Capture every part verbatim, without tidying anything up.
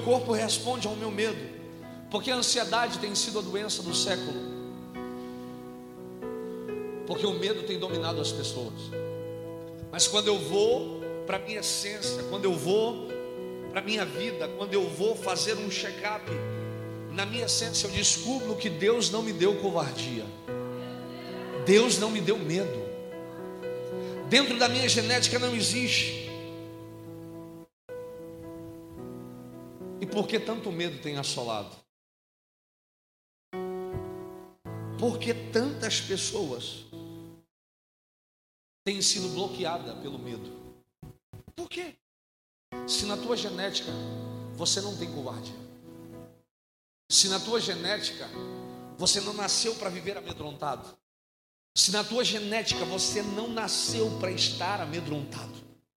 corpo responde ao meu medo, porque a ansiedade tem sido a doença do século, porque o medo tem dominado as pessoas. Mas quando eu vou para a minha essência, quando eu vou para a minha vida, quando eu vou fazer um check-up na minha essência, eu descubro que Deus não me deu covardia, Deus não me deu medo. Dentro da minha genética não existe. E por que tanto medo tem assolado? Por que tantas pessoas têm sido bloqueadas pelo medo? Por quê? Se na tua genética você não tem covardia, se na tua genética você não nasceu para viver amedrontado, se na tua genética você não nasceu para estar amedrontado,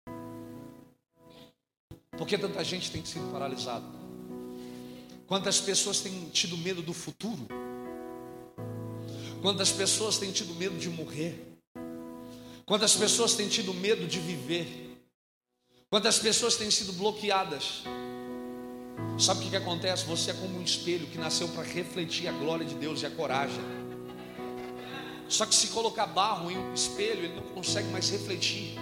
por que tanta gente tem sido paralisada? Quantas pessoas têm tido medo do futuro? Quantas pessoas têm tido medo de morrer? Quantas pessoas têm tido medo de viver? Quantas pessoas têm sido bloqueadas? Sabe o que, que acontece? Você é como um espelho que nasceu para refletir a glória de Deus e a coragem. Só que se colocar barro em um espelho, ele não consegue mais refletir.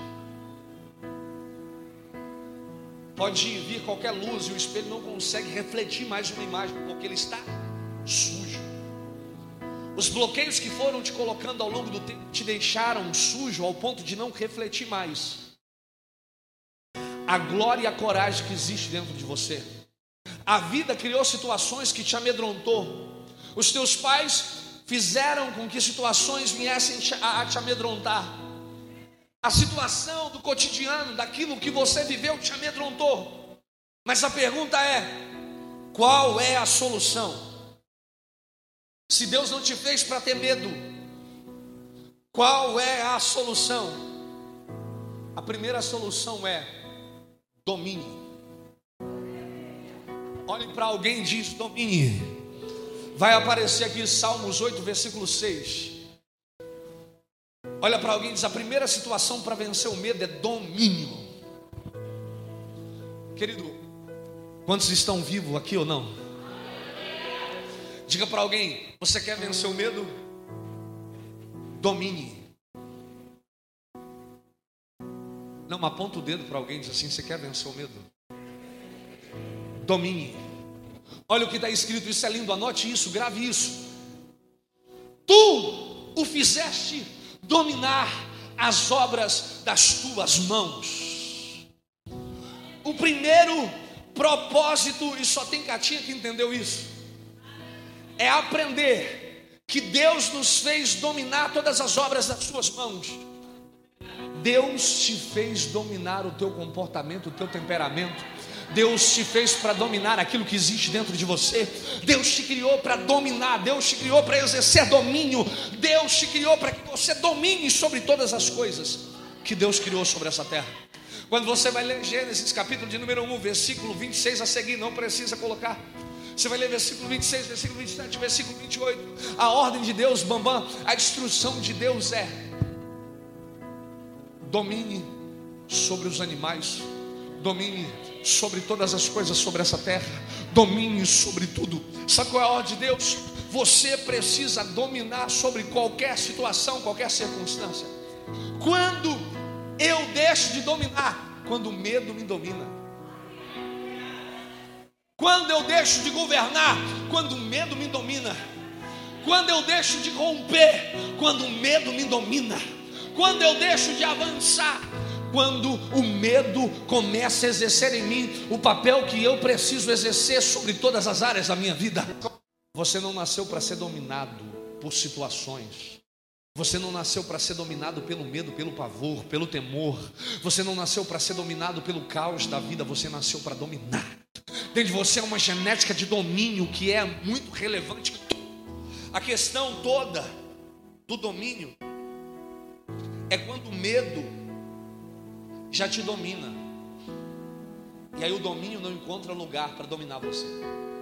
Pode vir qualquer luz e o espelho não consegue refletir mais uma imagem, porque ele está sujo. Os bloqueios que foram te colocando ao longo do tempo te deixaram sujo ao ponto de não refletir mais a glória e a coragem que existe dentro de você. A vida criou situações que te amedrontou. Os teus pais fizeram com que situações viessem a te amedrontar. A situação do cotidiano, daquilo que você viveu, te amedrontou. Mas a pergunta é: qual é a solução? Se Deus não te fez para ter medo, qual é a solução? A primeira solução é domine. Olhe para alguém e diz: domine. Vai aparecer aqui Salmos oito, versículo seis. Olha para alguém e diz: a primeira situação para vencer o medo é domínio. Querido, quantos estão vivos aqui ou não? Diga para alguém: você quer vencer o medo? Domine. Não, aponta o dedo para alguém e diz assim: você quer vencer o medo? Domine. Olha o que está escrito, isso é lindo, anote isso, grave isso. Tu o fizeste dominar as obras das tuas mãos. O primeiro propósito, e só tem Catinha que entendeu isso, é aprender que Deus nos fez dominar todas as obras das suas mãos. Deus te fez dominar o teu comportamento, o teu temperamento. Deus te fez para dominar aquilo que existe dentro de você. Deus te criou para dominar. Deus te criou para exercer domínio. Deus te criou para que você domine sobre todas as coisas que Deus criou sobre essa terra. Quando você vai ler Gênesis capítulo de número um, versículo vinte e seis a seguir, não precisa colocar. Você vai ler versículo vinte e seis, versículo vinte e sete, versículo vinte e oito. A ordem de Deus, bambam, a instrução de Deus é: domine sobre os animais, domine sobre todas as coisas sobre essa terra, domine sobre tudo. Sabe qual é a ordem de Deus? Você precisa dominar sobre qualquer situação, qualquer circunstância. Quando eu deixo de dominar? Quando o medo me domina. Quando eu deixo de governar? Quando o medo me domina. Quando eu deixo de romper? Quando o medo me domina. Quando eu deixo de avançar? Quando o medo começa a exercer em mim o papel que eu preciso exercer sobre todas as áreas da minha vida. Você não nasceu para ser dominado por situações. Você não nasceu para ser dominado pelo medo, pelo pavor, pelo temor. Você não nasceu para ser dominado pelo caos da vida. Você nasceu para dominar. Dentro de você é uma genética de domínio que é muito relevante. A questão toda do domínio é quando o medo já te domina, e aí o domínio não encontra lugar para dominar você.